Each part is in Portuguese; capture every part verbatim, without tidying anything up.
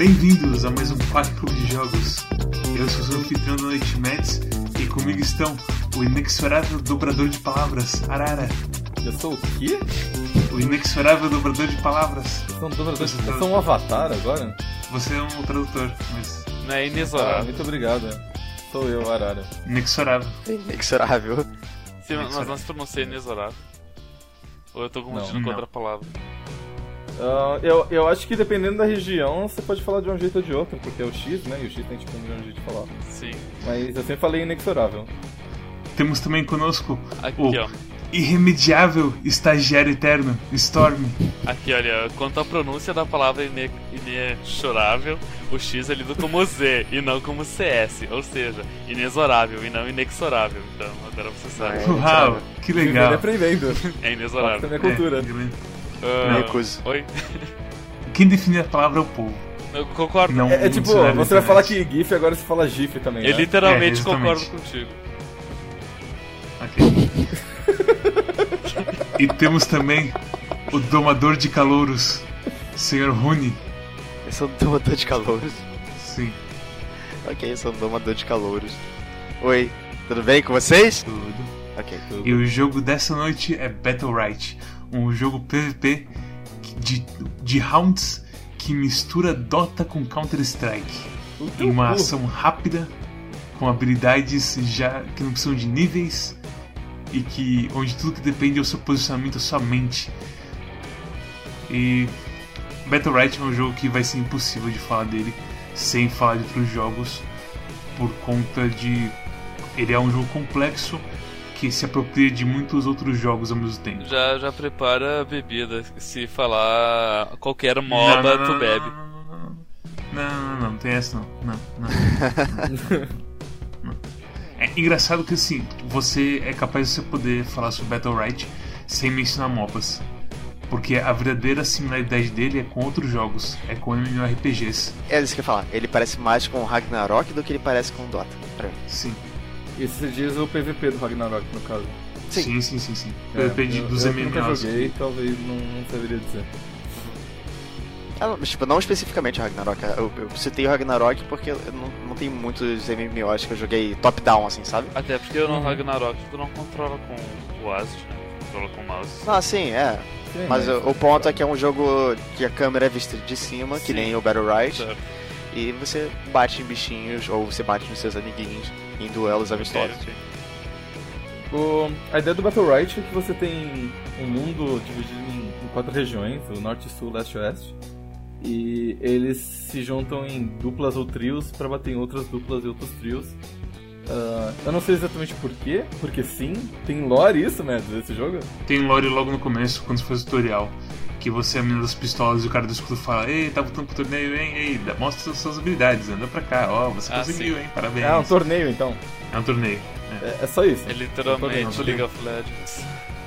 Bem-vindos a mais um Quack Clube de Jogos. Eu sou o seu anfitrião da Noite Mets e comigo estão o inexorável dobrador de palavras, Arara. Eu sou o quê? O inexorável dobrador de palavras. Eu sou um, dobrador... eu sou um avatar agora? Você é um tradutor, mas... Não é inexorável. Ah, muito obrigado. Sou eu, Arara. Inexorável. Inexorável. Sim, inexorável. Mas não se pronuncia inexorável. Ou eu tô confundindo com outra palavra? Uh, eu, eu acho que dependendo da região, você pode falar de um jeito ou de outro, porque é o X, né? E o X tem tipo um milhão de jeitos de falar. Sim. Mas eu sempre falei inexorável. Temos também conosco aqui, o ó. irremediável estagiário eterno, Storm. Aqui, olha, quanto à pronúncia da palavra ine- inexorável, o X é lido como Z e não como C S, ou seja, inexorável e não inexorável. Então, agora você sabe. É, Uau, que legal. aprendendo. É inexorável. Também é cultura. É, Uh, Me recuso. Oi? Quem define a palavra é o povo. Eu concordo. Não, É, é tipo, não você vai falar que GIF, agora você fala GIF também, Eu né? literalmente É, concordo exatamente. contigo. Ok. E temos também o domador de calouros, senhor Rune. Eu sou um domador de calouros. Sim, Ok, eu sou um domador de calouros. Oi, tudo bem com vocês? tudo. Ok, E o jogo dessa noite é Battle Right, um jogo P V P de, de rounds que mistura Dota com Counter-Strike. Em uma ação rápida, com habilidades já que não precisam de níveis e que onde tudo que depende é o seu posicionamento, a sua mente. E Battle Right é um jogo que vai ser impossível de falar dele sem falar de outros jogos, por conta de ele é um jogo complexo que se apropria de muitos outros jogos ao mesmo tempo. Já, já prepara a bebida. Se falar qualquer MOBA, Não, não, tu não, bebe. Não, não, não, não, não tem essa não. Não, não. Não. É engraçado que assim, você é capaz de você poder falar sobre Battle Right sem mencionar MOBAs. Porque a verdadeira similaridade dele é com outros jogos, é com MMORPGs. É isso que eu ia falar. Ele parece mais com o Ragnarok do que ele parece com o Dota, pra mim. Sim. Isso se diz o P V P do Ragnarok, no caso. Sim. Sim, sim, sim, sim. É, Depende eu, dos eu nunca M M Os. joguei, talvez não, não saberia dizer. Ah, não, tipo, não especificamente o Ragnarok. Eu, eu citei o Ragnarok porque eu não, não tem muitos M M Os que eu joguei top-down, assim, sabe? Até porque no Uhum. Ragnarok tu não controla com o A S D, né? Tu controla com o mouse. Ah, sim, é. Sim, Mas o, o ponto é que é um jogo que a câmera é vista de cima, que Sim. nem o Battle Right. Certo. E você bate em bichinhos ou você bate nos seus amiguinhos em duelos amistosos. Ok, ok. O, a ideia do Battle Right é que você tem um mundo dividido em, em quatro regiões, o Norte, Sul, Leste e Oeste. E eles se juntam em duplas ou trios para bater em outras duplas e outros trios. Uh, eu não sei exatamente porquê, porque sim, tem lore isso, né, desse jogo? Tem lore logo no começo, quando você faz o tutorial, que você é a menina das pistolas e o cara do escudo fala: ei, tá voltando pro torneio, hein? Ei, dá- mostra as suas habilidades, anda pra cá, ó, você Ah, conseguiu, sim. hein? Parabéns. É um torneio, então. É um torneio. É. É, é só isso. É literalmente Não, tô League bem. of Legends.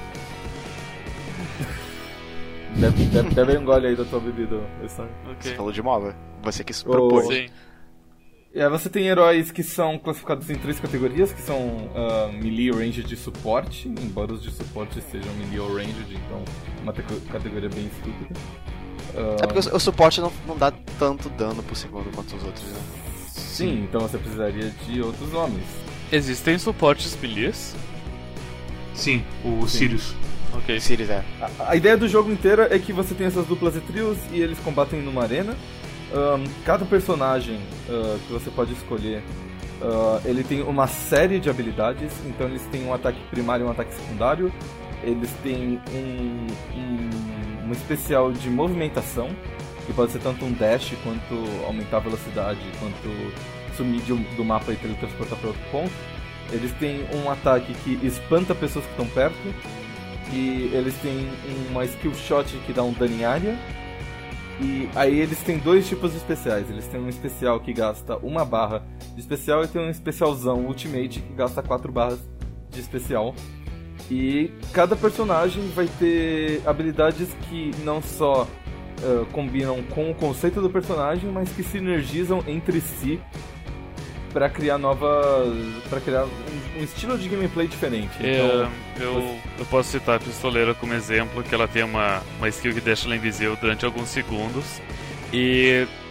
Deve, deve, deve um gole aí da tua bebida, essa. Ok. Você falou de MOBA. Você que se Ô, propôs. Sim. É, você tem heróis que são classificados em três categorias, que são uh, melee, ranged e suporte, embora os de suporte sejam melee ou ranged, então uma te- categoria bem estúpida. Uh, É porque o, o suporte não, não dá tanto dano por segundo quanto os outros, né? sim, então você precisaria de outros nomes. Existem suportes melees? Sim, o Sim. Sirius. Ok. Sirius é. A, a ideia do jogo inteiro é que você tem essas duplas e trios e eles combatem numa arena. Um, cada personagem uh, que você pode escolher, uh, ele tem uma série de habilidades. Então eles têm um ataque primário e um ataque secundário. Eles têm um, um, um especial de movimentação, que pode ser tanto um dash, quanto aumentar a velocidade, quanto sumir de um- do mapa e teletransportar para outro ponto. Eles têm um ataque que espanta pessoas que estão perto. E eles têm uma skill shot que dá um dano em área. E aí eles têm dois tipos de especiais. Eles têm um especial que gasta uma barra de especial e tem um especialzão Ultimate que gasta quatro barras de especial. E cada personagem vai ter habilidades que não só uh, combinam com o conceito do personagem, mas que sinergizam entre si para criar novas, para criar um, um estilo de gameplay diferente. É, Então, eu, eu posso citar a pistoleira como exemplo, que ela tem uma, uma skill que deixa ela invisível durante alguns segundos. E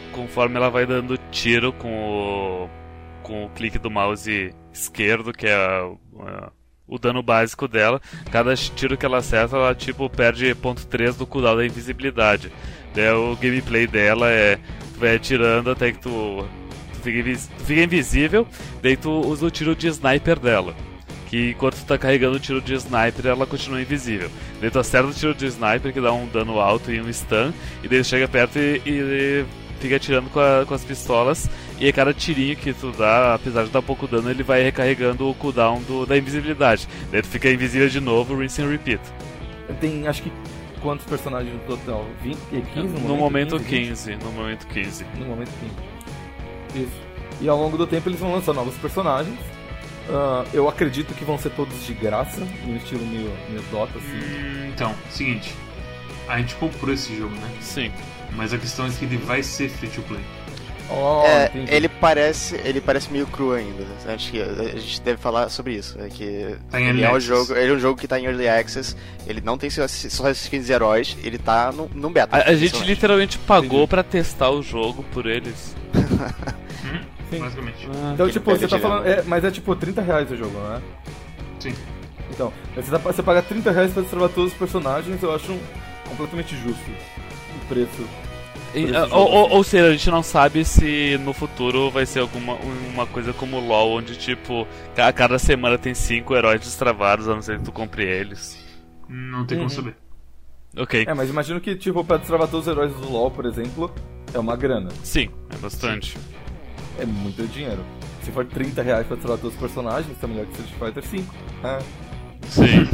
conforme ela vai dando tiro com o, com o clique do mouse esquerdo, que é a, a, o dano básico dela, cada tiro que ela acerta, ela tipo perde ponto três do cooldown da invisibilidade. Daí o gameplay dela é, tu vai atirando até que tu, tu, fica, invis, tu fica invisível, daí tu usa o tiro de sniper dela. Que enquanto tu tá carregando o tiro de sniper, ela continua invisível. Daí tu acerta o tiro de sniper, que dá um dano alto e um stun, e daí tu chega perto e, e fica atirando com, a, com as pistolas, e a cada tirinho que tu dá, apesar de dar pouco dano, ele vai recarregando o cooldown do, da invisibilidade. Daí tu fica invisível de novo, rinse and repeat. Tem, acho que, quantos personagens no total? vinte, quinze no, no momento? momento quinze, quinze, no momento quinze. No momento quinze. Isso. E ao longo do tempo eles vão lançar novos personagens. Uh, eu acredito que vão ser todos de graça, no estilo meio, meio Dota, assim. Hum, então, seguinte. A gente comprou esse jogo, né? Sim. Mas a questão é que ele vai ser free to play. Oh, é, ele parece ele parece meio cru ainda. Acho que a gente deve falar sobre isso. É que tá em ele, é um access. jogo, ele é um jogo que tá em Early Access. Ele não tem só as skins de heróis. Ele tá no, no beta. A, a gente literalmente pagou pra testar o jogo por eles. hum? Sim. Basicamente. Ah. Então, Ele tipo, você tá perde falando. É, mas é tipo trinta reais o jogo, não é? Sim. Então, você, tá, você paga trinta reais pra destravar todos os personagens, eu acho um, completamente justo o preço. E, ou, ou, ou seja, a gente não sabe se no futuro vai ser alguma uma coisa como o LoL, onde tipo, a cada semana tem cinco heróis destravados, a não ser que tu compre eles. Não tem Uhum. como saber. Ok. É, mas imagino que, tipo, pra destravar todos os heróis do LoL, por exemplo, é uma grana. Sim, é bastante. É muito dinheiro. Se for trinta reais pra destravar todos os personagens, tá melhor que Street Fighter cinco. Ah. Sim.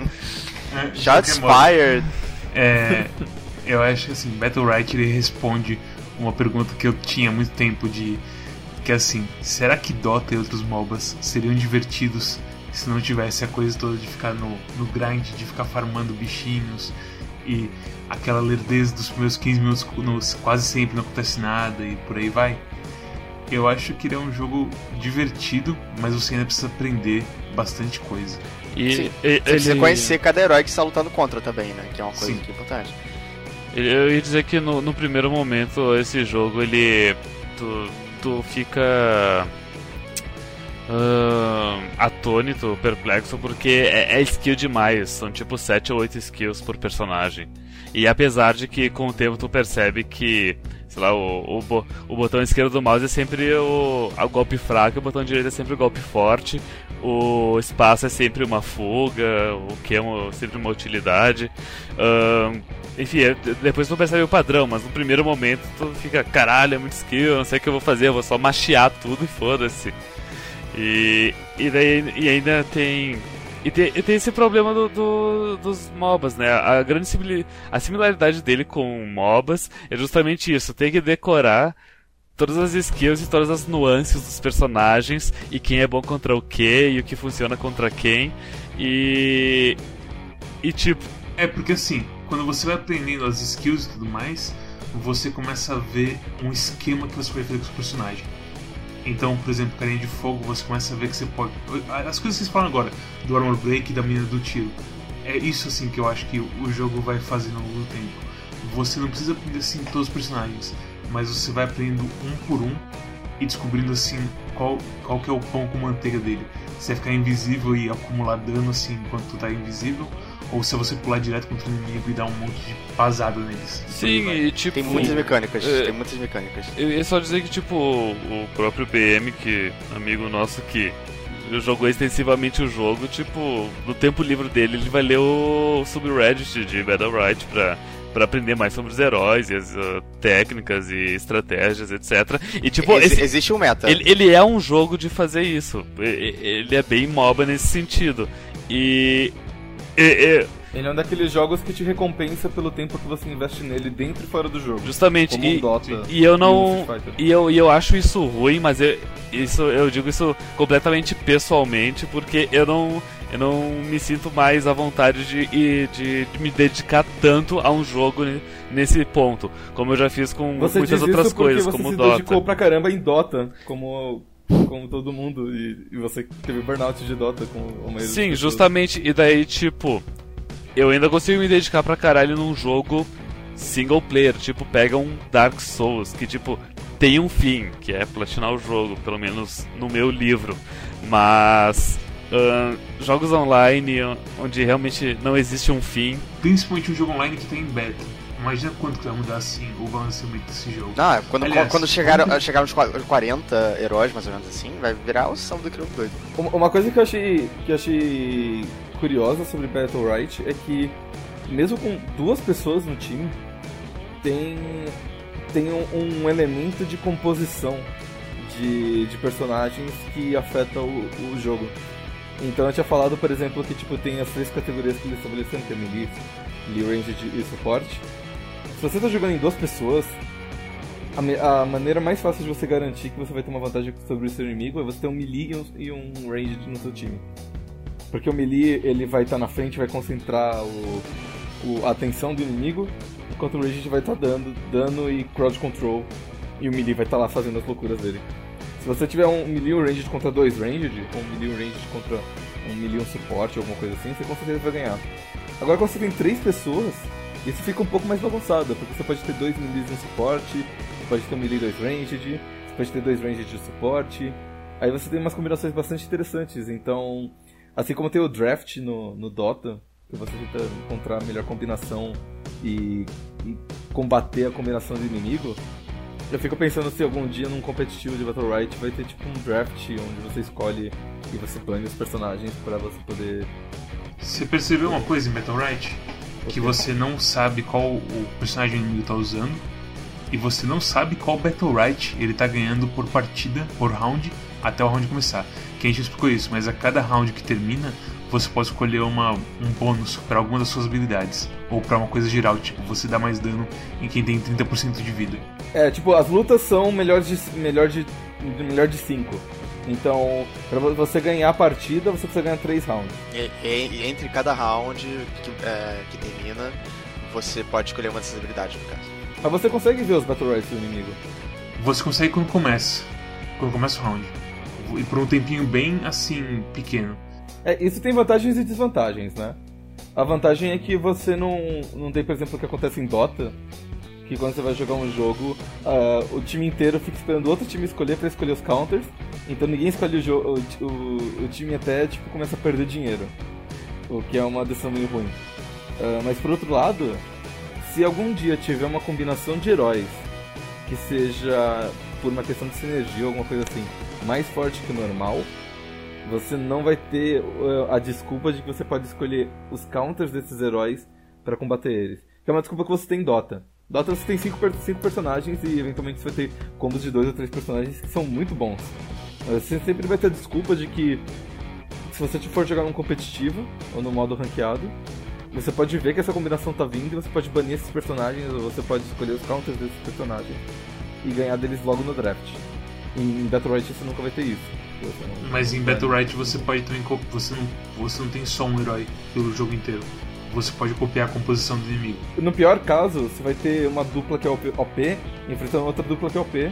É, de Shots qualquer modo, fired. É, eu acho que assim, Battlerite ele responde uma pergunta que eu tinha há muito tempo de que é assim, será que Dota e outros MOBAs seriam divertidos se não tivesse a coisa toda de ficar no, no grind, de ficar farmando bichinhos e aquela lerdez dos primeiros quinze minutos no, quase sempre não acontece nada e por aí vai? Eu acho que ele é um jogo divertido, mas você ainda precisa aprender bastante coisa. E Sim. e- Você precisa ele- conhecer cada herói que você tá lutando contra também, né? Que é uma coisa Sim. que é importante. Eu ia dizer que no, no primeiro momento esse jogo ele. Tu, tu fica. Uh, atônito, perplexo, porque é, é skill demais. São tipo sete ou oito skills por personagem. E apesar de que com o tempo tu percebe que, sei lá, o, o, bo- o botão esquerdo do mouse é sempre o, o golpe fraco, e o botão direito é sempre o golpe forte, o espaço é sempre uma fuga, o que é uma, sempre uma utilidade. Uh, enfim, é, depois tu percebe o padrão, mas no primeiro momento tu fica, caralho, é muito skill, eu não sei o que eu vou fazer, eu vou só machear tudo e foda-se. E, e, daí, e ainda tem. E tem, e tem esse problema do, do, dos MOBAs, né? A grande simili- a similaridade dele com MOBAs é justamente isso: tem que decorar todas as skills e todas as nuances dos personagens, e quem é bom contra o que, e o que funciona contra quem. E. E tipo. É, porque assim, quando você vai aprendendo as skills e tudo mais, você começa a ver um esquema que você vai fazer com os personagens. Então, por exemplo, carinha de fogo, você começa a ver que você pode... As coisas que vocês falam agora, do armor break e da menina do tiro. É isso assim que eu acho que o jogo vai fazer ao longo do tempo. Você não precisa aprender assim todos os personagens, mas você vai aprendendo um por um e descobrindo assim qual, qual que é o pão com manteiga dele. Se é ficar invisível e acumular dano assim enquanto tu tá invisível, ou se é você pular direto contra o inimigo e dar um monte de pasada neles. Sim, e tipo. Tem muitas mecânicas, é, tem muitas mecânicas. Eu ia só dizer que, tipo, o próprio B M, que amigo nosso que jogou extensivamente o jogo, tipo, no tempo livre dele, ele vai ler o subreddit de Battlerite pra, pra aprender mais sobre os heróis e as uh, técnicas e estratégias, etcétera. E, tipo, Ex- esse, existe um meta. ele, ele é um jogo de fazer isso. E- Ele é bem MOBA nesse sentido. E... e- e- Ele é um daqueles jogos que te recompensa pelo tempo que você investe nele dentro e fora do jogo. Justamente, Como e, um Dota e eu e não. um Street Fighter. E eu, e eu acho isso ruim, mas eu, isso, eu digo isso completamente pessoalmente, porque eu não, eu não me sinto mais à vontade de, de, de me dedicar tanto a um jogo nesse ponto, como eu já fiz com Você muitas diz outras isso porque coisas, você como se Dota. dedicou pra caramba em Dota, como, como todo mundo, e, e você teve burnout de Dota com a maioria das Sim, pessoas. justamente, e daí tipo, eu ainda consigo me dedicar pra caralho num jogo single player, tipo, pega um Dark Souls, que tipo, tem um fim, que é platinar o jogo, pelo menos no meu livro, mas uh, jogos online onde realmente não existe um fim. Principalmente um jogo online que tem em beta. Imagina quanto que vai mudar assim o balanceamento desse jogo. Ah, quando, Aliás, quando chegaram, chegaram os quarenta heróis, mais ou menos assim, vai virar o saldo do crioulo doido. Uma coisa que eu achei, que eu achei curiosa sobre Battlerite é que, mesmo com duas pessoas no time, tem, tem um, um elemento de composição de, de personagens que afeta o, o jogo. Então eu tinha falado, por exemplo, que tipo, tem as três categorias que eles estabeleceram, que é melee, melee ranged e suporte. Se você está jogando em duas pessoas, a, me, a maneira mais fácil de você garantir que você vai ter uma vantagem sobre o seu inimigo é você ter um melee e um, e um ranged no seu time. Porque o melee ele vai estar tá na frente, vai concentrar o, o, a atenção do inimigo, enquanto o ranged vai estar tá dando dano e crowd control, e o melee vai estar tá lá fazendo as loucuras dele. Se você tiver um melee e um ranged contra dois ranged, ou um melee e um ranged contra um melee e um suporte, alguma coisa assim, você com certeza vai ganhar. Agora quando você tem três pessoas, isso fica um pouco mais bagunçado, porque você pode ter dois melees no suporte, você pode ter um melee e dois ranged, você pode ter dois ranged de suporte, aí você tem umas combinações bastante interessantes. Então, assim como tem o draft no, no Dota, que você tenta encontrar a melhor combinação e, e combater a combinação do inimigo, eu fico pensando se algum dia num competitivo de Battlerite vai ter tipo um draft onde você escolhe e você bane os personagens pra você poder... Você percebeu uma coisa em Battlerite? Que você não sabe qual o personagem inimigo tá usando, e você não sabe qual Battlerite ele tá ganhando por partida, por round, até o round começar. Que a gente explicou isso, mas a cada round que termina, você pode escolher uma, um bônus para alguma das suas habilidades, ou para uma coisa geral, tipo, você dá mais dano em quem tem trinta por cento de vida. É, tipo, as lutas são melhor de melhor de melhor de cinco. Então, pra você ganhar a partida, você precisa ganhar três rounds. E, e, e entre cada round que, é, que termina, você pode escolher uma dessas habilidades, no caso. Mas você consegue ver os Battle Rights do inimigo? Você consegue quando começa. Quando começa o round. E por um tempinho bem, assim, pequeno. É, isso tem vantagens e desvantagens, né? A vantagem é que você não, não tem, por exemplo, o que acontece em Dota, que quando você vai jogar um jogo, uh, o time inteiro fica esperando o outro time escolher pra escolher os counters, então ninguém escolhe o, jo- o, o, o time até tipo, começa a perder dinheiro, o que é uma decisão meio ruim. Uh, mas por outro lado, se algum dia tiver uma combinação de heróis que seja, por uma questão de sinergia ou alguma coisa assim, mais forte que o normal, você não vai ter uh, a desculpa de que você pode escolher os counters desses heróis para combater eles. Que é uma desculpa que você tem em Dota. Dota você tem cinco personagens e eventualmente você vai ter combos de dois ou três personagens que são muito bons. Você sempre vai ter a desculpa de que se você for jogar num competitivo ou no modo ranqueado, você pode ver que essa combinação tá vindo e você pode banir esses personagens, ou você pode escolher os counters desses personagens e ganhar deles logo no draft. Em Battlerite você nunca vai ter isso. Não, Mas em Battlerite você pode também você não, você não tem só um herói pelo jogo inteiro. Você pode copiar a composição do inimigo. No pior caso, você vai ter uma dupla que é O P enfrentando outra dupla que é O P.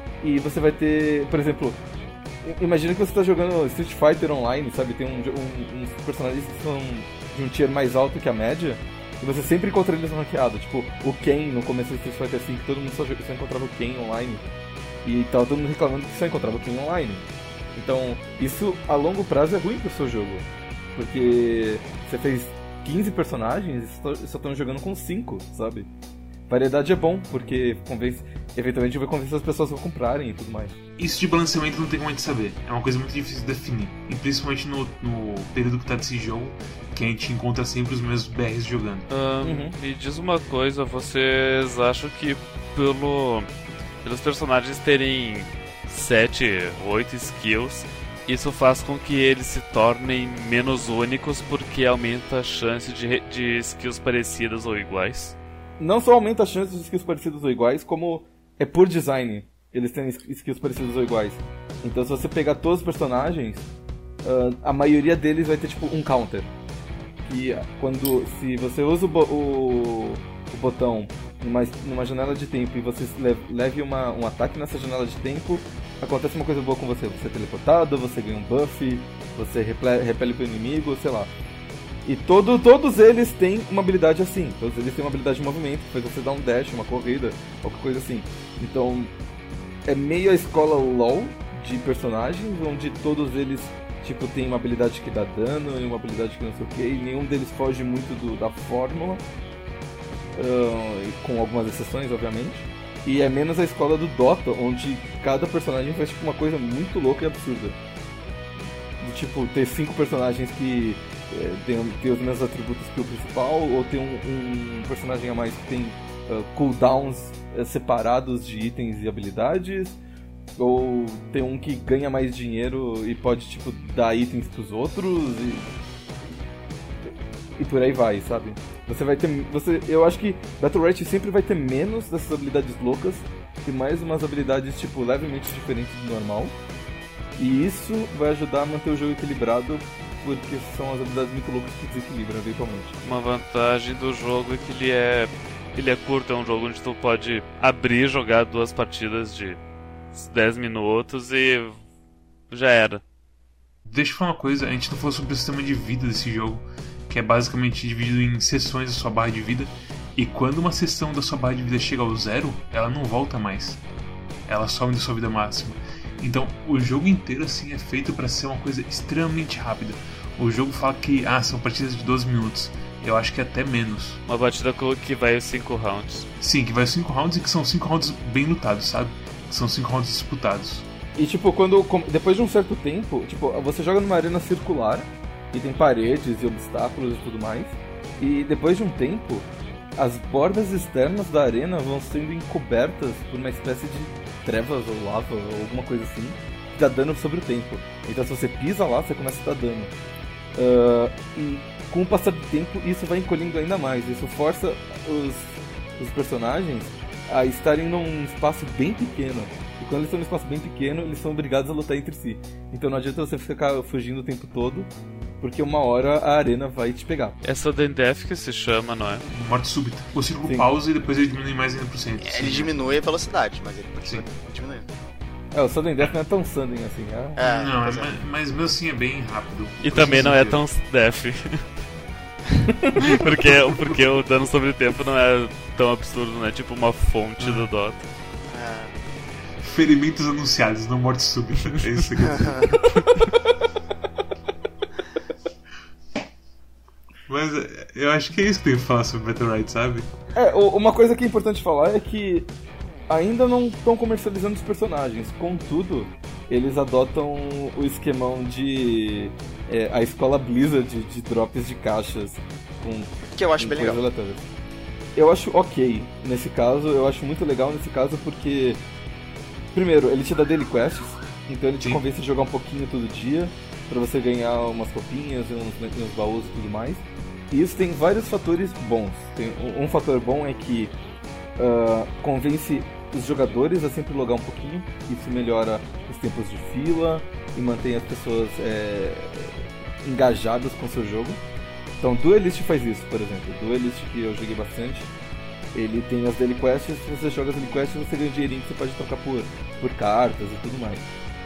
E você vai ter, por exemplo, imagina que você está jogando Street Fighter Online, sabe? Tem um, um, uns personagens que são de um tier mais alto que a média, e você sempre encontra eles no ranqueado. Tipo, o Ken no começo do Street Fighter cinco, todo mundo só, só encontrava o Ken online. E tava todo mundo reclamando que só encontrava o Ken online. Então, isso a longo prazo é ruim pro seu jogo. Porque você fez quinze personagens e só estão jogando com cinco, sabe? Variedade é bom, porque convence, eventualmente vai convencer as pessoas a comprarem e tudo mais. Isso de balanceamento não tem como a gente saber. É uma coisa muito difícil de definir. E principalmente no, no período que tá desse jogo, que a gente encontra sempre os mesmos B Rs jogando. Um, uhum. Me diz uma coisa, vocês acham que pelo, pelos personagens terem sete, oito skills, isso faz com que eles se tornem menos únicos porque aumenta a chance de, de skills parecidas ou iguais? Não só aumenta a chance de skills parecidas ou iguais, como é por design eles têm skills parecidas ou iguais. Então se você pegar todos os personagens, uh, a maioria deles vai ter tipo um counter. E quando, se você usa o, bo- o, o botão numa, numa janela de tempo e você leve uma, um ataque nessa janela de tempo, acontece uma coisa boa com você. Você é teleportado, você ganha um buff, você repele, repele pro inimigo, sei lá. E todo, todos eles têm uma habilidade assim. Todos eles têm uma habilidade de movimento, que faz você dar um dash, uma corrida, qualquer coisa assim. Então, é meio a escola LoL de personagens, onde todos eles, tipo, tem uma habilidade que dá dano e uma habilidade que não sei o que, e nenhum deles foge muito do, da fórmula, uh, com algumas exceções, obviamente. E é menos a escola do Dota, onde cada personagem faz tipo, uma coisa muito louca e absurda. De, tipo, ter cinco personagens que é, tem, tem os mesmos atributos que o principal, ou ter um, um personagem a mais que tem uh, cooldowns uh, separados de itens e habilidades, ou tem um que ganha mais dinheiro e pode tipo dar itens pros outros e, e por aí vai, sabe? Você vai ter, você, eu acho que Battle Royale sempre vai ter menos dessas habilidades loucas e mais umas habilidades tipo levemente diferentes do normal. E isso vai ajudar a manter o jogo equilibrado, porque são as habilidades muito loucas que desequilibram eventualmente. Uma vantagem do jogo é que ele é ele é curto, é um jogo onde tu pode abrir e jogar duas partidas de dez minutos e já era. Deixa eu falar uma coisa, a gente não falou sobre o sistema de vida desse jogo, que é basicamente dividido em seções da sua barra de vida, e quando uma seção da sua barra de vida chega ao zero, ela não volta mais. Ela sobe da sua vida máxima. Então, o jogo inteiro assim é feito para ser uma coisa extremamente rápida. O jogo fala que ah, são partidas de doze minutos. Eu acho que é até menos. Uma partida que vai os cinco rounds. Sim, que vai os cinco rounds e que são cinco rounds bem lutados, sabe? Que são cinco rounds disputados. E tipo, quando depois de um certo tempo, tipo, você joga numa arena circular e tem paredes e obstáculos e tudo mais. E depois de um tempo, as bordas externas da arena vão sendo encobertas por uma espécie de trevas ou lava ou alguma coisa assim, que dá dano sobre o tempo. Então se você pisa lá, você começa a dar dano. Uh, e com o passar do tempo, isso vai encolhendo ainda mais. Isso força os, os personagens a estarem num espaço bem pequeno. E quando eles estão num espaço bem pequeno, eles são obrigados a lutar entre si. Então não adianta você ficar fugindo o tempo todo, porque uma hora a arena vai te pegar. É Sudden Death que se chama, não é? Morte súbita. O círculo Sim. pausa e depois ele diminui mais ainda por cento. É, ele diminui a velocidade, mas ele continua diminuindo. É, o Sudden Death não é tão Sudden assim. É... É, não, é, pois é. mas, mas mesmo assim é bem rápido. E também não é tão Death. porque, porque o dano sobre o tempo não é tão absurdo, não é tipo uma fonte do Dota. É. Ferimentos anunciados, não morte súbita. É isso que eu dizer. Mas eu acho que é isso que tem que falar sobre Battle Royale, sabe? É, uma coisa que é importante falar é que ainda não estão comercializando os personagens. Contudo, eles adotam o esquemão de... É, a escola Blizzard de, de drops de caixas com, que eu acho com bem coisas legal. aleatórias. Eu acho ok nesse caso, eu acho muito legal nesse caso porque... Primeiro, ele te dá daily quests, então ele te Sim. convence a jogar um pouquinho todo dia, pra você ganhar umas roupinhas e uns, uns baús e tudo mais. E isso tem vários fatores bons. Tem, um, um fator bom é que uh, convence os jogadores a sempre logar um pouquinho. Isso melhora os tempos de fila e mantém as pessoas é, engajadas com o seu jogo. Então Duelist faz isso, por exemplo. Duelist, que eu joguei bastante, ele tem as daily quests. Se você joga as daily quests, você ganha um dinheirinho que você pode trocar por, por cartas e tudo mais.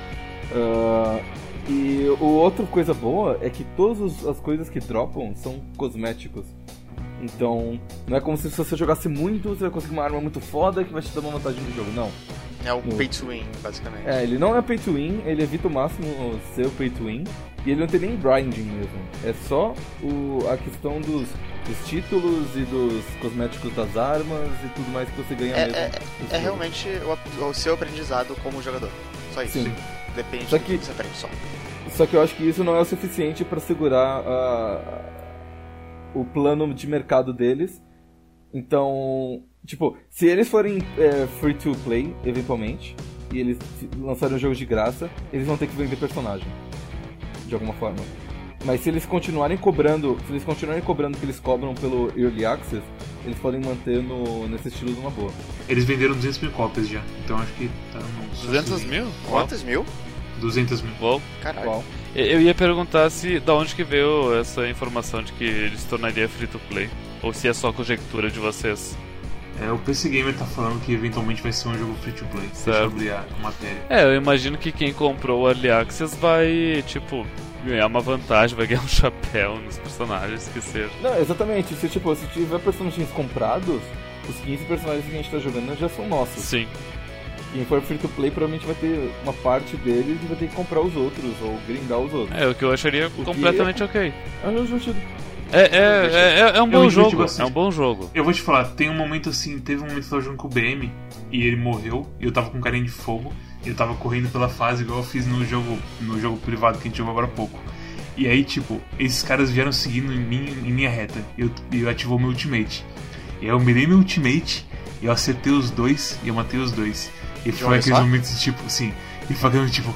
Uh, e o outra coisa boa é que todas as coisas que dropam são cosméticos. Então, não é como se você jogasse muito, você vai conseguir uma arma muito foda que vai te dar uma vantagem no jogo, não. É o No... pay to win, basicamente. É, ele não é pay to win, ele evita o máximo ser pay to win, e ele não tem nem grinding mesmo. É só o, a questão dos, dos títulos e dos cosméticos das armas e tudo mais que você ganha É, mesmo. é, nesse é jogo. realmente o, o seu aprendizado como jogador. Só isso. Sim. Depende Só do que- que você aprende só. Só que eu acho que isso não é o suficiente pra segurar a- o plano de mercado deles. Então, tipo, se eles forem é, free to play, eventualmente, e eles lançarem um jogo de graça, eles vão ter que vender personagem, de alguma forma. Mas se eles continuarem cobrando, se eles continuarem cobrando o que eles cobram pelo Early Access, eles podem manter no, nesse estilo de uma boa. Eles venderam duzentas mil cópias já, então acho que tá no... duzentos mil? Quantos mil? duzentas mil. Uau. Caralho. Qual? Eu ia perguntar se da onde que veio essa informação de que ele se tornaria free to play. Ou se é só conjectura de vocês. É, o P C Gamer tá falando que eventualmente vai ser um jogo free to play. Deixa eu Certo. abrir a matéria. É, eu imagino que quem comprou o Early Access vai, tipo, ganhar uma vantagem, vai ganhar um chapéu nos personagens, que seja. Não, exatamente. Se, tipo, se tiver personagens comprados, os quinze personagens que a gente tá jogando já são nossos. Sim. Quem for free to play provavelmente vai ter uma parte deles e vai ter que comprar os outros, ou grindar os outros. É, o que eu acharia o completamente é... ok. É um jogo divertido. É, é, é, é um bom jogo, é um bom jogo. Eu vou te falar, tem um momento assim, teve um momento que eu tava jogando com o B M e ele morreu, e eu tava com carinha de fogo, e eu tava correndo pela fase igual eu fiz no jogo, no jogo privado que a gente jogou agora há pouco. E aí, tipo, esses caras vieram seguindo em, mim, em minha reta, e eu, eu ativou meu ultimate. E aí eu mirei meu ultimate, e eu acertei os dois, e eu matei os dois. E foi aqueles momentos tipo, assim, e foi aquele tipo...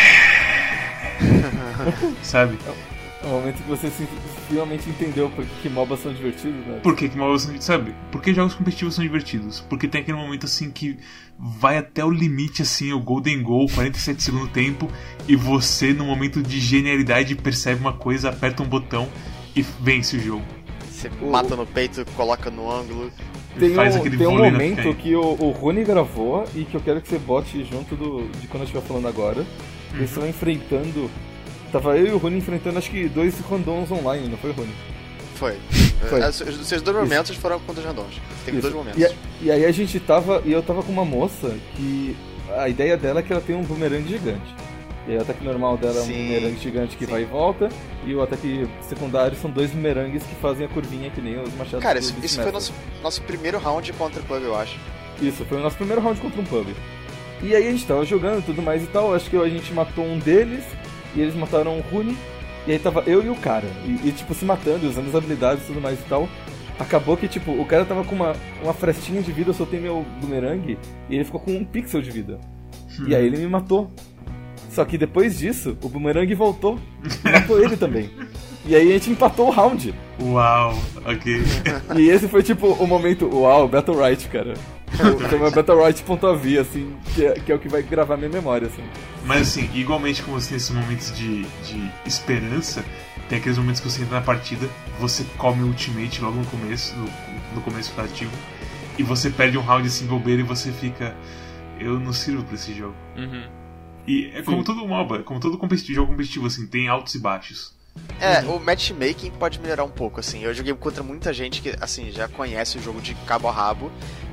sabe? É o momento que você finalmente entendeu por que MOBAs são divertidos, né? Por que, que MOBAs são divertidos, sabe? Por que jogos competitivos são divertidos? Porque tem aquele momento assim que vai até o limite, assim, o Golden Goal, quarenta e sete segundo tempo, e você, num momento de genialidade, percebe uma coisa, aperta um botão e vence o jogo. Você o... mata no peito, coloca no ângulo. Tem um, tem um momento que o, o Rony gravou e que eu quero que você bote junto do, de quando eu estiver falando agora. Uhum. Eles estão enfrentando. Tava eu e o Rony enfrentando acho que dois randoms online, não foi, Rony? Foi. Foi. Os seus dois momentos Isso. foram contra os randoms. Teve Isso. dois momentos. E, a, e aí a gente tava. E eu tava com uma moça que a ideia dela é que ela tem um bumerangue gigante. E aí o ataque normal dela Sim. é um bumerangue gigante que Sim. vai e volta. E o ataque secundário são dois bumerangues que fazem a curvinha que nem os machados. Cara, isso, isso foi o nosso, nosso primeiro round contra o pub, eu acho. Isso, foi o nosso primeiro round contra um pub. E aí a gente tava jogando e tudo mais e tal. Acho que a gente matou um deles e eles mataram o Rune. E aí tava eu e o cara. E, e tipo, se matando, usando as habilidades e tudo mais e tal. Acabou que, tipo, o cara tava com uma, uma frestinha de vida, eu soltei meu bumerangue e ele ficou com um pixel de vida. Hum. E aí ele me matou. Só que depois disso, o bumerangue voltou e matou ele também. E aí a gente empatou o round. Uau, ok. E esse foi tipo o momento, uau, Battle Right, cara. Foi uma Battle Right.avi, assim, que é, que é o que vai gravar minha memória, assim. Mas assim, igualmente como você tem esses momentos de, de esperança, tem aqueles momentos que você entra na partida, você come o ultimate logo no começo, no, no começo do ativo, e você perde um round assim bobeira e você fica, eu não sirvo pra esse jogo. Uhum. E é como Sim. todo MOBA, como todo competitivo, jogo competitivo, assim, tem altos e baixos. É, uhum. o matchmaking pode melhorar um pouco, assim. Eu joguei contra muita gente que, assim, já conhece o jogo de cabo a rabo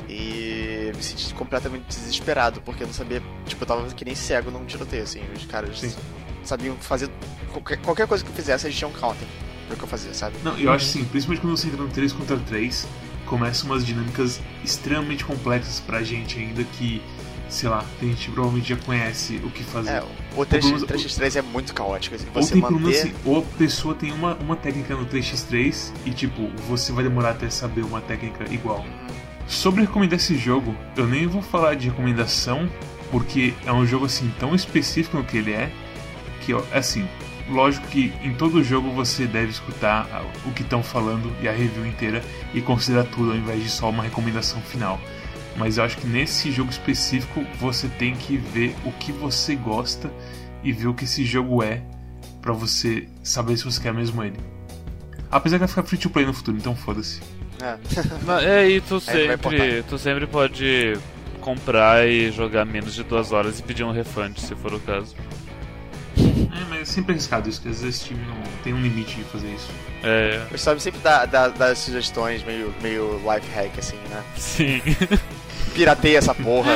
e me senti completamente desesperado, porque eu não sabia, tipo, eu tava que nem cego num tiroteio, assim. Os caras Sim. sabiam fazer qualquer, qualquer coisa que eu fizesse, eles tinham um counter pro que eu fazia, sabe? Não, eu acho assim, principalmente quando você entra no três contra três, começam umas dinâmicas extremamente complexas pra gente ainda que... sei lá, a gente provavelmente já conhece o que fazer. É, o três por três é muito caótico. Assim, você ou, tem manter... assim, ou a pessoa tem uma, uma técnica no três por três e, tipo, você vai demorar até saber uma técnica igual. Uhum. Sobre recomendar esse jogo, eu nem vou falar de recomendação, porque é um jogo, assim, tão específico no que ele é, que, ó, assim, lógico que em todo jogo você deve escutar o que estão falando e a review inteira e considerar tudo, ao invés de só uma recomendação final. Mas eu acho que nesse jogo específico você tem que ver o que você gosta e ver o que esse jogo é pra você saber se você quer mesmo ele. Apesar que vai ficar free to play no futuro, então foda-se. É, Mas, é e tu sempre, tu sempre pode comprar e jogar menos de duas horas e pedir um refund, se for o caso. É, mas é sempre arriscado isso, porque às vezes o time não tem um limite de fazer isso. É. Eu sabe sempre dar, dar, dar sugestões meio, meio life hack, assim, né? Sim. Pirateia essa porra.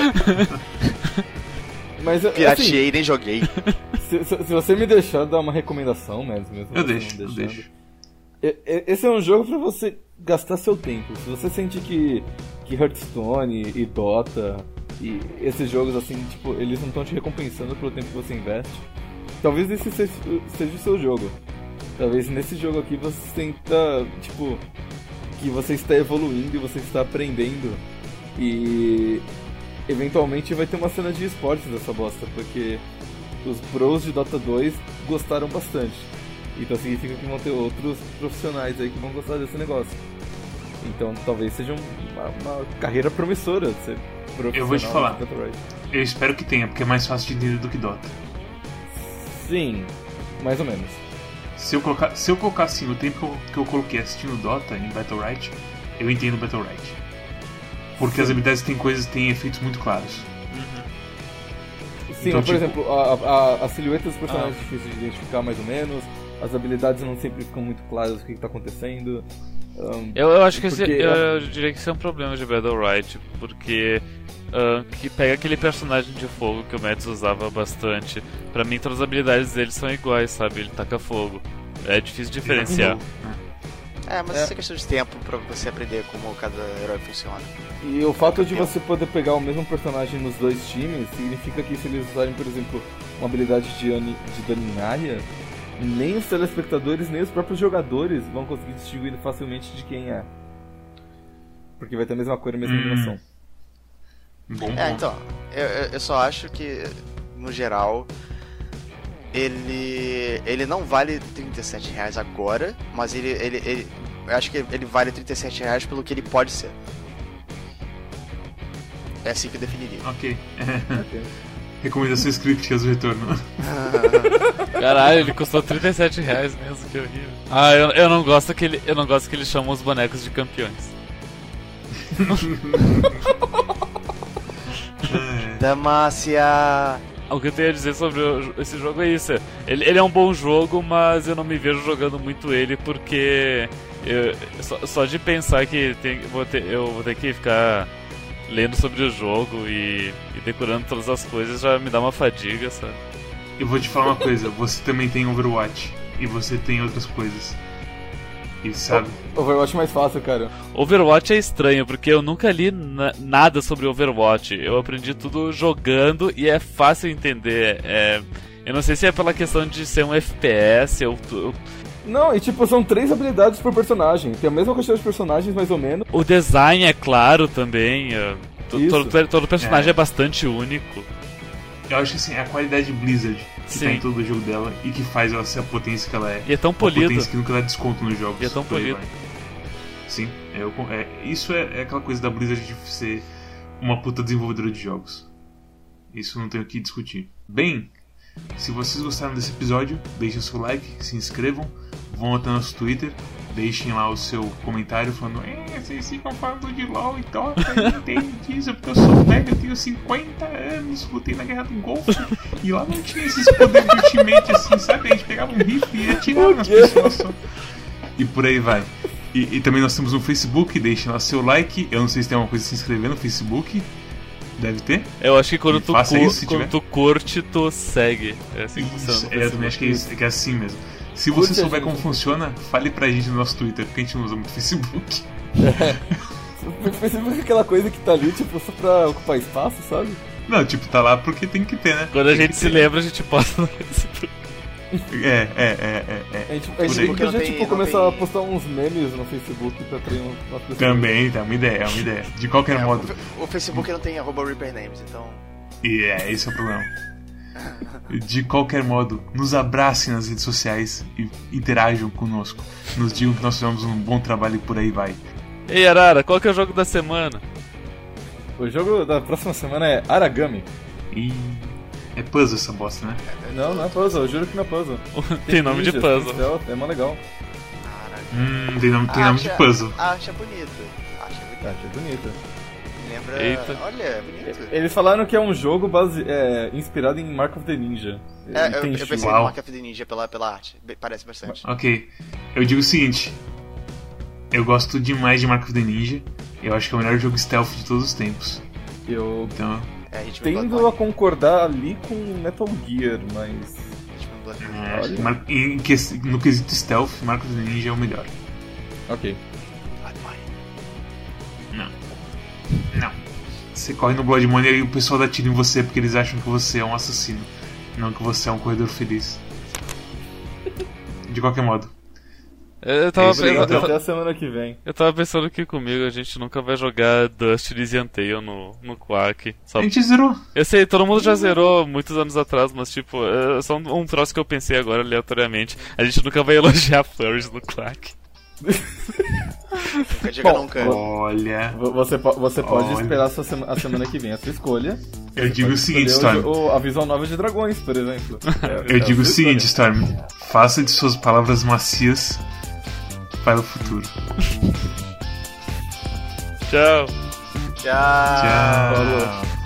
Mas, Pirateei, assim, nem joguei. Se, se, se você me deixar dar uma recomendação mesmo, mesmo eu deixo, eu deixo. Esse é um jogo pra você gastar seu tempo. Se você sente que, que Hearthstone e Dota e esses jogos assim, tipo, eles não estão te recompensando pelo tempo que você investe, talvez esse seja, seja o seu jogo. Talvez nesse jogo aqui você sinta, tipo, que você está evoluindo e você está aprendendo. E eventualmente vai ter uma cena de esportes dessa bosta, porque os pros de Dota dois gostaram bastante. Então significa que vão ter outros profissionais aí que vão gostar desse negócio. Então talvez seja uma, uma carreira promissora de ser profissional. Eu vou te falar, eu espero que tenha, porque é mais fácil de entender do que Dota. Sim, mais ou menos. Se eu colocar, se eu colocar assim o tempo que eu, que eu coloquei assistindo Dota em Battle Right, eu entendo Battle Right. Porque Sim. as habilidades têm coisas, têm efeitos muito claros. Uhum. Sim, então, mas, por tipo... exemplo, a, a, a silhueta dos personagens é difícil de identificar mais ou menos, as habilidades não sempre ficam muito claras o que está acontecendo. Um, eu, eu acho que porque... esse, eu, eu diria que esse é um problema de Battlerite, porque uh, que pega aquele personagem de fogo que o Mads usava bastante. Pra mim todas as habilidades dele são iguais, sabe? Ele taca fogo. É difícil diferenciar. É, mas é. isso é questão de tempo pra você aprender como cada herói funciona. E o fato de você poder pegar o mesmo personagem nos dois times significa que se eles usarem, por exemplo, uma habilidade de, ani, de dano em área, nem os telespectadores, nem os próprios jogadores vão conseguir distinguir facilmente de quem é. Porque vai ter a mesma cor e a mesma hum. animação. Bom, É, bom. então, eu, eu só acho que, no geral, ele ele não vale trinta e sete reais agora, mas ele, ele, ele eu acho que ele vale trinta e sete reais pelo que ele pode ser. É assim que eu definiria. Ok. Ok. Recomendações críticas do retorno. Caralho, ele custou trinta e sete reais mesmo, que horrível. Ah, eu, eu não gosto que ele, eu não gosto que eles chamam os bonecos de campeões. Damácia! O que eu tenho a dizer sobre o, esse jogo é isso. Ele, ele é um bom jogo, mas eu não me vejo jogando muito ele porque eu, só, só de pensar que tem, vou ter, eu vou ter que ficar lendo sobre o jogo e, e decorando todas as coisas já me dá uma fadiga, sabe? Eu vou te falar uma coisa, você também tem Overwatch e você tem outras coisas. E sabe? Overwatch é mais fácil, cara. Overwatch é estranho, porque eu nunca li na- nada sobre Overwatch. Eu aprendi tudo jogando e é fácil entender. É, eu não sei se é pela questão de ser um F P S ou... Eu, Não, e tipo, são três habilidades por personagem. Tem a mesma quantidade de personagens, mais ou menos. o design é claro também. é, to- Isso. todo, todo personagem é. É. bastante único. Eu acho que assim, é a qualidade de Blizzard que Sim. tá em todo o jogo dela e que faz ela ser a potência que ela é. E é tão A polido. potência que nunca dá desconto nos jogos. E é tão por aí polido. vai. Sim, é, eu, é, isso é, é aquela coisa da Blizzard de ser uma puta desenvolvedora de jogos. Isso não tenho o que discutir. Bem, se vocês gostaram desse episódio, deixem o seu like, se inscrevam, vão até nosso Twitter, deixem lá o seu comentário falando: é, vocês ficam falando de LOL e Dota, eu não entendo disso, porque eu sou velho, eu tenho cinquenta anos, lutei na Guerra do Golfo, e lá não tinha esses poderes de ultimate assim, sabe? A gente pegava um rifle e atirava nas pessoas só. E por aí vai. E, e também nós temos um Facebook, deixem lá seu like. Eu não sei se tem alguma coisa a se inscrever no Facebook. Deve ter. Eu acho que quando, E tu, faça cu- isso se quando tiver. tu curte, tu segue. É assim que funciona. Isso, é, eu também acho que é, isso, que é assim mesmo. Se Curte você souber a como gente. funciona, fale pra gente no nosso Twitter, porque a gente não usa muito Facebook. O Facebook é aquela coisa que tá ali, tipo, só pra ocupar espaço, sabe? Não, tipo, tá lá porque tem que ter, né? Quando a Tem gente que se ter. lembra, a gente posta no Facebook. É, é, é, é, é. A gente, a Por gente aí. podia, Não tem- tipo, não começar tem- a postar uns memes no Facebook pra atrair um- umas pessoas. Também, tá, uma ideia, é uma ideia. De qualquer É, o, modo. Fe- o Facebook não tem arroba Reaper Names, então. E é, esse é o problema. De qualquer modo, nos abracem nas redes sociais e interajam conosco. Nos digam que nós fizemos um bom trabalho e por aí vai. Ei, Arara, qual que é o jogo da semana? O jogo da próxima semana é Aragami. E é puzzle essa bosta, né? Não, não é puzzle, eu juro que não é puzzle. Tem nome de ninjas, puzzle. tem stealth, é mó legal. Caraca. Hum, tem nome, tem nome de puzzle. A arte é bonita. A arte é bonita. Tá, achei bonita. Me lembra. Eita. Olha, é bonito. Eles falaram que é um jogo base... é, inspirado em Mark of the Ninja. É, E eu, tem eu Shu. pensei Uau. no Mark of the Ninja pela, pela arte. Be- Parece bastante. Ok, eu digo o seguinte. Eu gosto demais de Mark of the Ninja. Eu acho que é o melhor jogo stealth de todos os tempos. Eu Então, É, Hitman tendo a Bloodborne. concordar ali com Metal Gear, mas... Hitman Bloodborne. é, Olha. Mar- em que- no quesito stealth, Mark of the Ninja é o melhor. Ok. Bloodborne. Não. Não. Você corre no Blood Money e o pessoal dá tiro em você porque eles acham que você é um assassino. Não que você é um corredor feliz. De qualquer modo. Eu, eu tava É isso aí, pensando, então. Até a semana que vem. eu tava pensando que comigo a gente nunca vai jogar Dust Elysian Tale no, no Quack. Só... A gente zerou. Eu sei, todo mundo já zerou muitos anos atrás, mas tipo, é só um, um troço que eu pensei agora aleatoriamente. A gente nunca vai elogiar Furries no Quack. Nunca diga Bom, nunca. Olha. V- Você, po- você pode Olha. esperar a, sua sema- a semana que vem a sua escolha. Eu digo o Pode seguinte, escolher Storm. o- o- a visão nova de dragões, por exemplo. É- Eu é digo a o sua seguinte, escolha. Storm. Faça de suas palavras macias para o futuro. Tchau! Tchau. Tchau. Falou.